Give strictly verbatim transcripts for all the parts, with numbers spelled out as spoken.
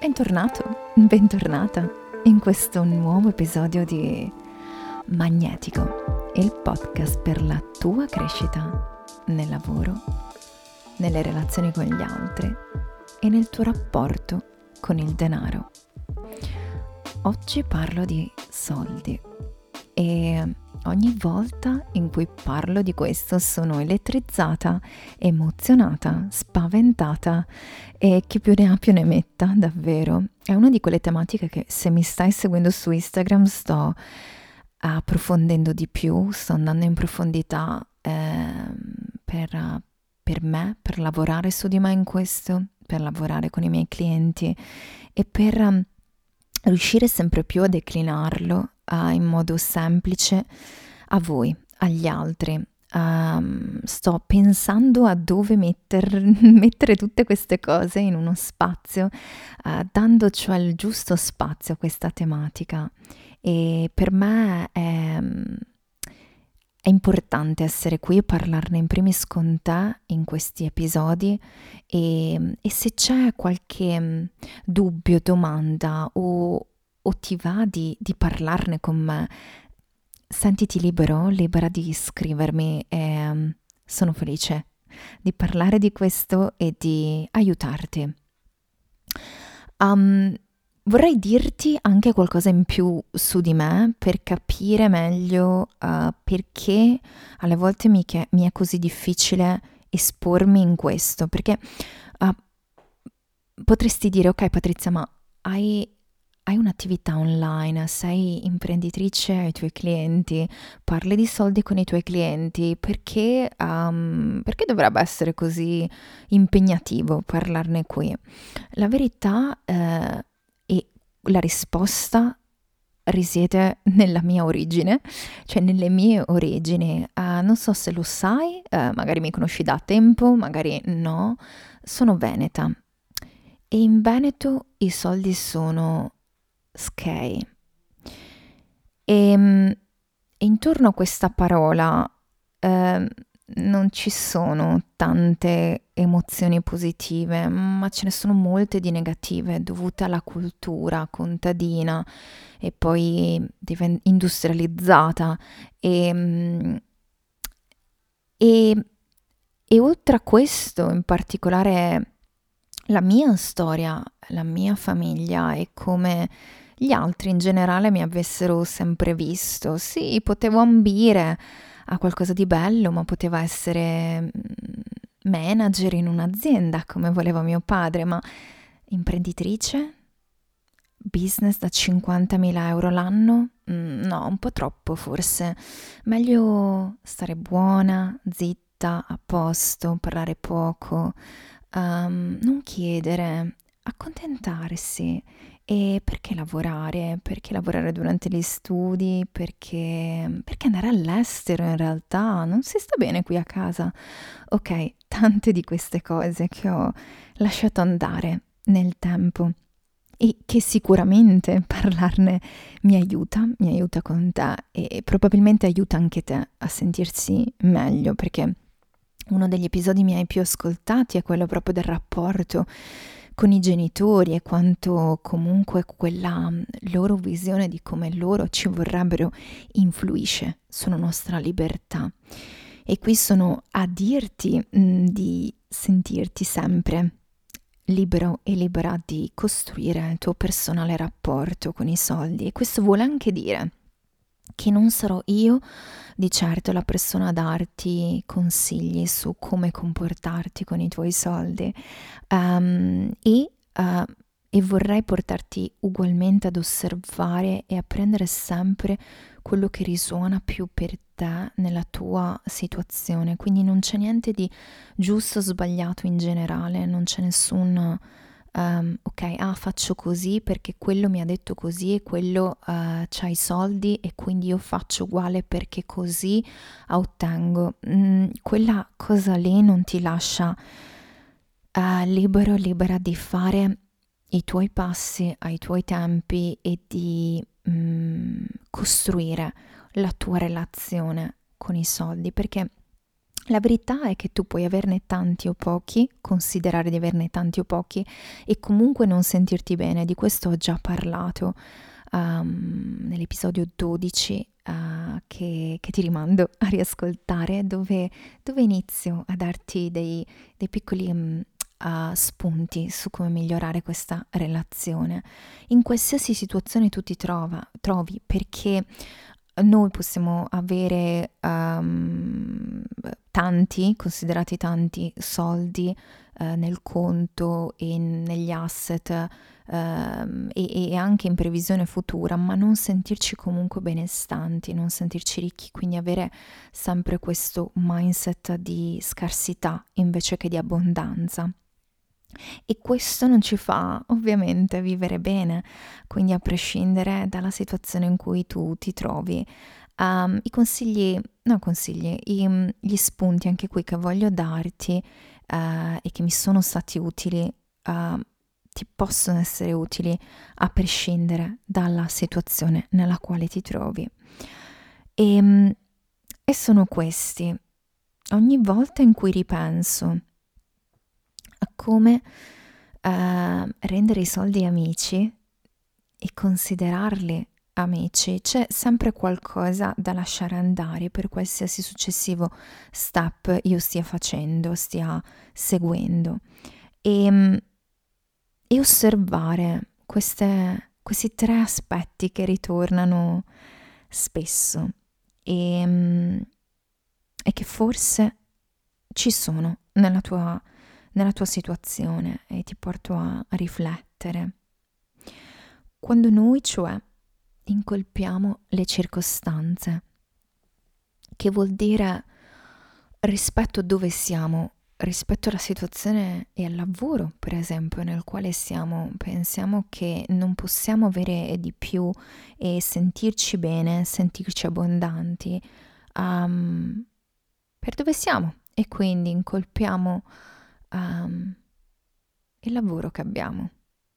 Bentornato, bentornata in questo nuovo episodio di Magnetico, il podcast per la tua crescita nel lavoro, nelle relazioni con gli altri e nel tuo rapporto con il denaro. Oggi parlo di soldi e ogni volta in cui parlo di questo sono elettrizzata, emozionata, spaventata e chi più ne ha più ne metta, davvero. È una di quelle tematiche che, se mi stai seguendo su Instagram, sto approfondendo di più, sto andando in profondità eh, per, per me, per lavorare su di me in questo, per lavorare con i miei clienti e per um, riuscire sempre più a declinarlo uh, in modo semplice a voi, agli altri. Um, sto pensando a dove metter, mettere tutte queste cose in uno spazio, uh, dando cioè il giusto spazio a questa tematica. E per me è, è importante essere qui e parlarne in primis con te in questi episodi e, e se c'è qualche dubbio, domanda o, o ti va di, di parlarne con me, sentiti libero, libera di scrivermi e um, sono felice di parlare di questo e di aiutarti. Um, vorrei dirti anche qualcosa in più su di me per capire meglio uh, perché alle volte mi, che, mi è così difficile espormi in questo, perché uh, potresti dire, ok Patrizia, ma hai... Hai un'attività online, sei imprenditrice ai tuoi clienti, parli di soldi con i tuoi clienti, perché, um, perché dovrebbe essere così impegnativo parlarne qui? La verità eh, e la risposta risiede nella mia origine, cioè nelle mie origini. Uh, non so se lo sai, uh, magari mi conosci da tempo, magari no, sono veneta e in Veneto i soldi sono skei. E, e intorno a questa parola eh, non ci sono tante emozioni positive, ma ce ne sono molte di negative dovute alla cultura contadina e poi diven- industrializzata e, e, e oltre a questo, in particolare la mia storia, la mia famiglia e come gli altri in generale mi avessero sempre visto. Sì, potevo ambire a qualcosa di bello, ma poteva essere manager in un'azienda come voleva mio padre, ma imprenditrice? Business da cinquantamila euro l'anno? Mm, no, un po' troppo forse. Meglio stare buona, zitta, a posto, parlare poco, um, non chiedere, accontentarsi. E perché lavorare? Perché lavorare durante gli studi? Perché, perché andare all'estero in realtà? Non si sta bene qui a casa. Ok, tante di queste cose che ho lasciato andare nel tempo e che sicuramente parlarne mi aiuta, mi aiuta con te e probabilmente aiuta anche te a sentirsi meglio, perché uno degli episodi miei più ascoltati è quello proprio del rapporto con i genitori e quanto comunque quella loro visione di come loro ci vorrebbero influisce sulla nostra libertà. E qui sono a dirti mh, di sentirti sempre libero e libera di costruire il tuo personale rapporto con i soldi. E questo vuole anche dire che non sarò io di certo la persona a darti consigli su come comportarti con i tuoi soldi um, e, uh, e vorrei portarti ugualmente ad osservare e a prendere sempre quello che risuona più per te nella tua situazione. Quindi non c'è niente di giusto o sbagliato in generale, non c'è nessun Um, ok, ah, faccio così perché quello mi ha detto così e quello uh, c'ha i soldi e quindi io faccio uguale perché così ottengo. Mm, quella cosa lì non ti lascia uh, libero, libera di fare i tuoi passi ai tuoi tempi e di mm, costruire la tua relazione con i soldi, perché La verità è che tu puoi averne tanti o pochi, considerare di averne tanti o pochi e comunque non sentirti bene. Di questo ho già parlato um, nell'episodio dodici uh, che, che ti rimando a riascoltare, dove, dove inizio a darti dei, dei piccoli um, uh, spunti su come migliorare questa relazione. In qualsiasi situazione tu ti trova, trovi, perché noi possiamo avere um, tanti, considerati tanti soldi uh, nel conto e negli asset uh, e, e anche in previsione futura, ma non sentirci comunque benestanti, non sentirci ricchi, quindi avere sempre questo mindset di scarsità invece che di abbondanza. E questo non ci fa ovviamente vivere bene, quindi a prescindere dalla situazione in cui tu ti trovi. Um, I consigli, no consigli, i, gli spunti anche qui che voglio darti uh, e che mi sono stati utili, uh, ti possono essere utili a prescindere dalla situazione nella quale ti trovi. E, e sono questi. Ogni volta in cui ripenso a come uh, rendere i soldi amici e considerarli amici, c'è sempre qualcosa da lasciare andare per qualsiasi successivo step io stia facendo, stia seguendo e, e osservare queste, questi tre aspetti che ritornano spesso e, e che forse ci sono nella tua nella tua situazione e ti porto a, a riflettere. Quando noi, cioè, incolpiamo le circostanze, che vuol dire rispetto a dove siamo, rispetto alla situazione e al lavoro, per esempio, nel quale siamo, pensiamo che non possiamo avere di più e sentirci bene, sentirci abbondanti, um, per dove siamo e quindi incolpiamo Um, il lavoro che abbiamo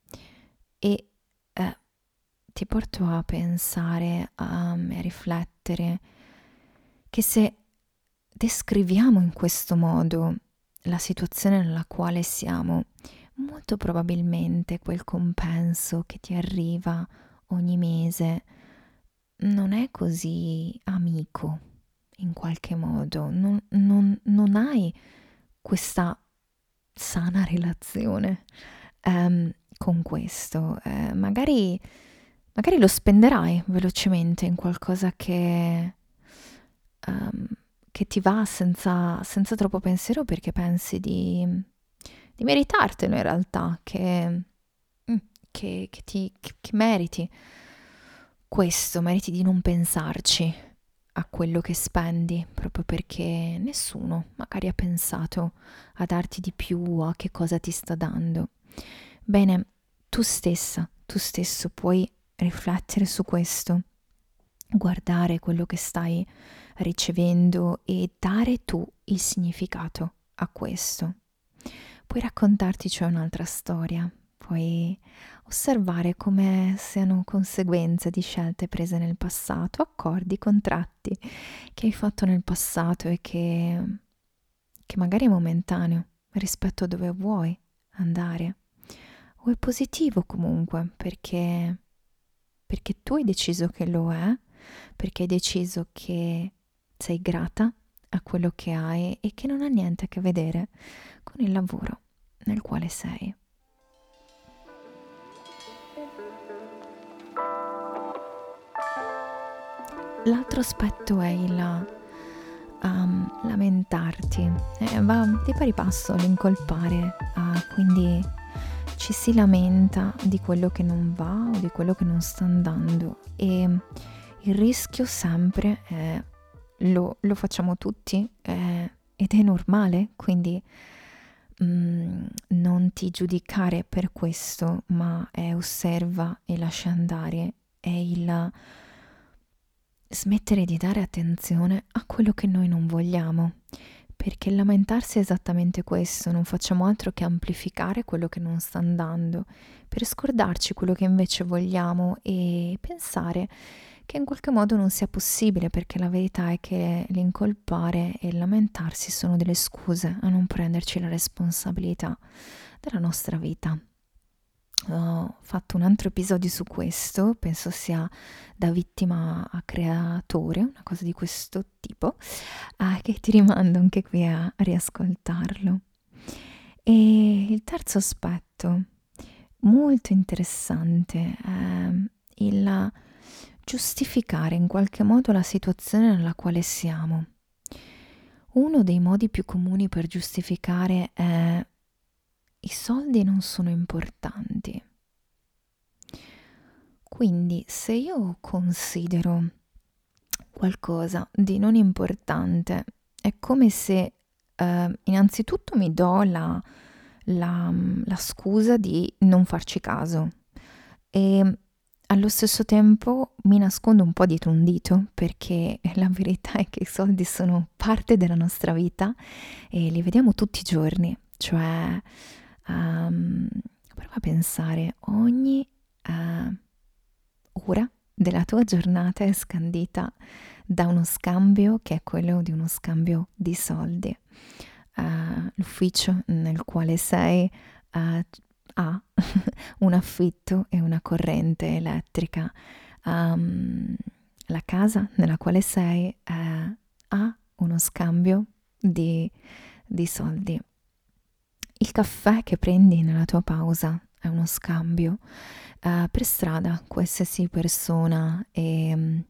e eh, ti porto a pensare um, e a riflettere che se descriviamo in questo modo la situazione nella quale siamo, molto probabilmente quel compenso che ti arriva ogni mese non è così amico in qualche modo, non, non, non hai questa sana relazione um, con questo. Eh, magari, magari lo spenderai velocemente in qualcosa che, um, che ti va senza, senza troppo pensiero perché pensi di, di meritartelo in realtà, che, che, che, ti, che, che meriti questo, meriti di non pensarci a quello che spendi, proprio perché nessuno magari ha pensato a darti di più, a che cosa ti sta dando. Bene, tu stessa, tu stesso puoi riflettere su questo, guardare quello che stai ricevendo e dare tu il significato a questo. Puoi raccontarti cioè un'altra storia, puoi osservare come siano conseguenze di scelte prese nel passato, accordi, contratti che hai fatto nel passato e che, che magari è momentaneo rispetto a dove vuoi andare. O è positivo comunque perché, perché tu hai deciso che lo è, perché hai deciso che sei grata a quello che hai e che non ha niente a che vedere con il lavoro nel quale sei. L'altro aspetto è il um, lamentarti, eh, va di pari passo l'incolpare, uh, quindi ci si lamenta di quello che non va o di quello che non sta andando e il rischio sempre è, lo, lo facciamo tutti eh, ed è normale, quindi mm, non ti giudicare per questo, ma è osserva e lascia andare, è il smettere di dare attenzione a quello che noi non vogliamo, perché il lamentarsi è esattamente questo, non facciamo altro che amplificare quello che non sta andando, per scordarci quello che invece vogliamo e pensare che in qualche modo non sia possibile, perché la verità è che l'incolpare e il lamentarsi sono delle scuse a non prenderci la responsabilità della nostra vita. Ho fatto un altro episodio su questo, penso sia da vittima a creatore, una cosa di questo tipo, eh, che ti rimando anche qui a, a riascoltarlo. E il terzo aspetto, molto interessante, è il giustificare in qualche modo la situazione nella quale siamo. Uno dei modi più comuni per giustificare è: i soldi non sono importanti. Quindi se io considero qualcosa di non importante, è come se eh, innanzitutto mi do la, la, la scusa di non farci caso e allo stesso tempo mi nascondo un po' dietro un dito, perché la verità è che i soldi sono parte della nostra vita e li vediamo tutti i giorni, cioè um, prova a pensare, ogni uh, ora della tua giornata è scandita da uno scambio che è quello di uno scambio di soldi. Uh, l'ufficio nel quale sei uh, ha un affitto e una corrente elettrica. Um, la casa nella quale sei uh, ha uno scambio di, di soldi. Il caffè che prendi nella tua pausa è uno scambio. Uh, per strada, qualsiasi persona e,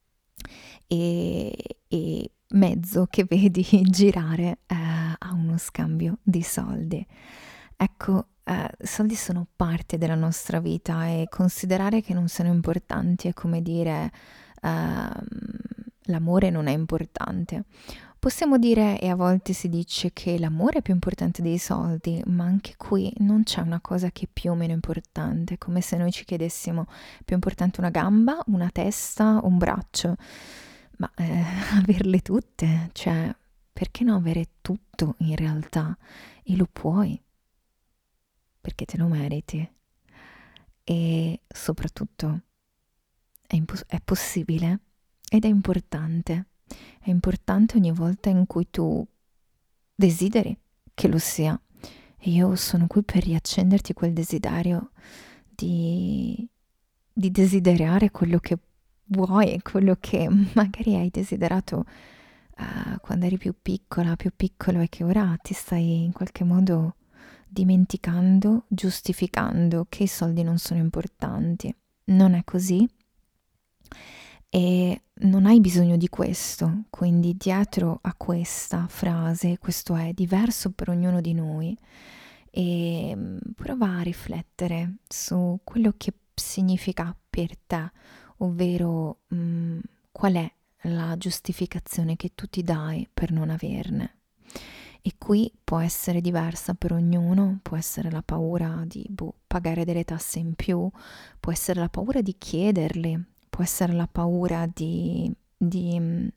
e, e mezzo che vedi girare uh, ha uno scambio di soldi. Ecco, uh, i soldi sono parte della nostra vita e considerare che non sono importanti è come dire uh, l'amore non è importante. Possiamo dire, e a volte si dice, che l'amore è più importante dei soldi, ma anche qui non c'è una cosa che è più o meno importante, come se noi ci chiedessimo: è più importante una gamba, una testa, un braccio? Ma eh, averle tutte, cioè, perché no avere tutto in realtà? E lo puoi, perché te lo meriti. E soprattutto è, impos- è possibile ed è importante. È importante ogni volta in cui tu desideri che lo sia. E io sono qui per riaccenderti quel desiderio di, di desiderare quello che vuoi e quello che magari hai desiderato uh, quando eri più piccola, più piccolo, e che ora ti stai in qualche modo dimenticando, giustificando che i soldi non sono importanti. Non è così. E non hai bisogno di questo, quindi dietro a questa frase, questo è diverso per ognuno di noi, e mm, prova a riflettere su quello che significa per te, ovvero mh, qual è la giustificazione che tu ti dai per non averne. E qui può essere diversa per ognuno, può essere la paura di boh, pagare delle tasse in più, può essere la paura di chiederle, può essere la paura di, di,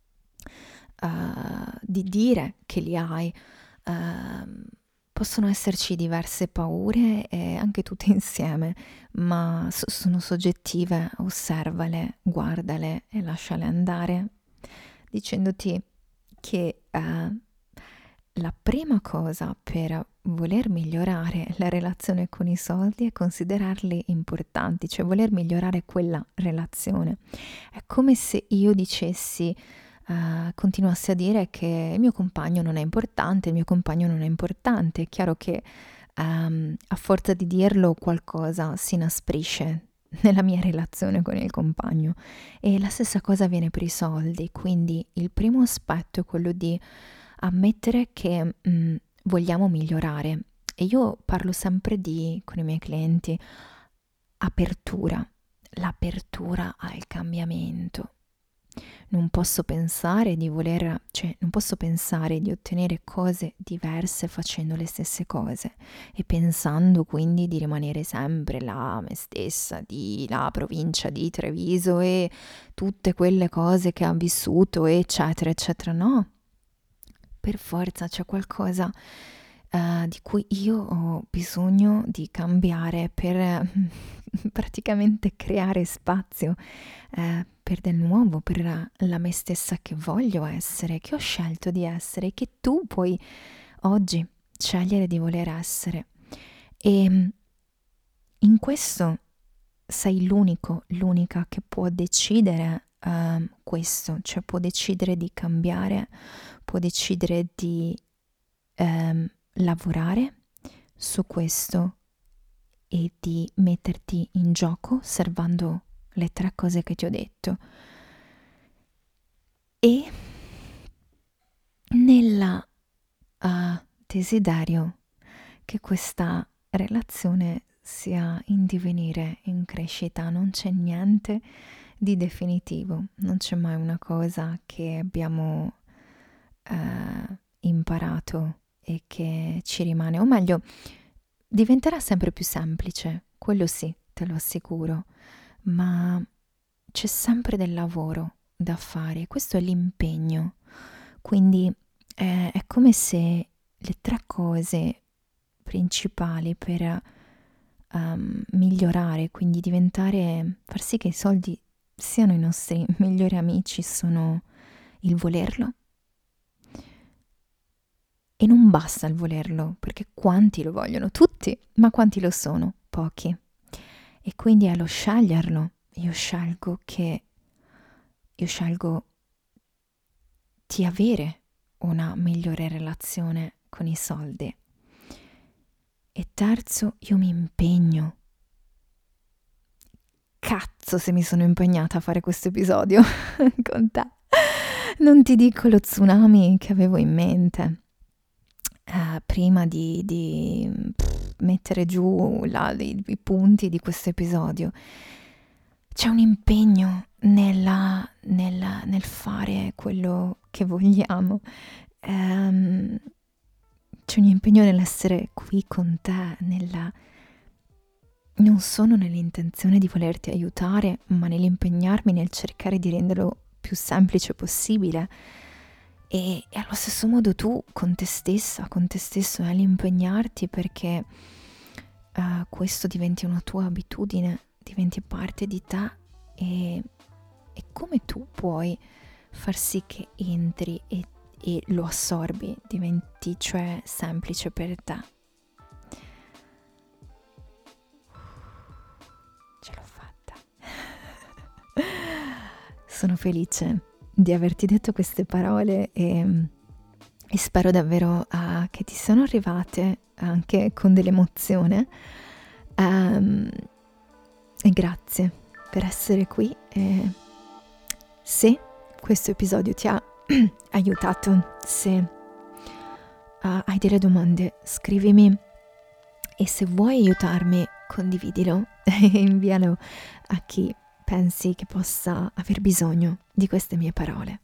uh, di dire che li hai. Uh, possono esserci diverse paure e anche tutte insieme, ma so- sono soggettive. Osservale, guardale e lasciale andare, dicendoti che uh, la prima cosa per voler migliorare la relazione con i soldi è considerarli importanti, cioè voler migliorare quella relazione. È come se io dicessi, uh, continuassi a dire che il mio compagno non è importante, il mio compagno non è importante. È chiaro che um, a forza di dirlo qualcosa si inasprisce nella mia relazione con il compagno, e la stessa cosa avviene per i soldi. Quindi il primo aspetto è quello di ammettere che mh, vogliamo migliorare. E io parlo sempre di, con i miei clienti, apertura, l'apertura al cambiamento. Non posso pensare di voler, cioè non posso pensare di ottenere cose diverse facendo le stesse cose e pensando quindi di rimanere sempre la me stessa di la provincia di Treviso e tutte quelle cose che ha vissuto, eccetera, eccetera. No, per forza c'è qualcosa uh, di cui io ho bisogno di cambiare per uh, praticamente creare spazio uh, per del nuovo, per la me stessa che voglio essere, che ho scelto di essere, che tu puoi oggi scegliere di voler essere. E in questo sei l'unico, l'unica che può decidere uh, questo, cioè può decidere di cambiare, può decidere di um, lavorare su questo e di metterti in gioco servando le tre cose che ti ho detto. E nella uh, desiderio che questa relazione sia in divenire, in crescita, non c'è niente di definitivo, non c'è mai una cosa che abbiamo uh, imparato e che ci rimane, o meglio, diventerà sempre più semplice, quello sì, te lo assicuro, ma c'è sempre del lavoro da fare, questo è l'impegno, quindi eh, è come se le tre cose principali per um, migliorare, quindi diventare, far sì che i soldi siano i nostri migliori amici, sono il volerlo. E non basta il volerlo, perché quanti lo vogliono? Tutti, ma quanti lo sono? Pochi. E quindi è lo sceglierlo. Io scelgo che, io scelgo di avere una migliore relazione con i soldi. E terzo, io mi impegno. Cazzo se mi sono impegnata a fare questo episodio con te. Non ti dico lo tsunami che avevo in mente. Uh, prima di, di pff, mettere giù la, i, i punti di questo episodio, c'è un impegno nella, nella, nel fare quello che vogliamo, um, c'è un impegno nell'essere qui con te, nella, non sono nell'intenzione di volerti aiutare, ma nell'impegnarmi nel cercare di renderlo più semplice possibile. E, e allo stesso modo tu con te stessa, con te stesso nell'impegnarti perché uh, questo diventi una tua abitudine, diventi parte di te e, e come tu puoi far sì che entri e, e lo assorbi, diventi cioè semplice per te. Ce l'ho fatta. Sono felice di averti detto queste parole e, e spero davvero uh, che ti siano arrivate anche con dell'emozione um, e grazie per essere qui e se questo episodio ti ha aiutato, se uh, hai delle domande scrivimi e se vuoi aiutarmi condividilo e invialo a chi pensi che possa aver bisogno di queste mie parole.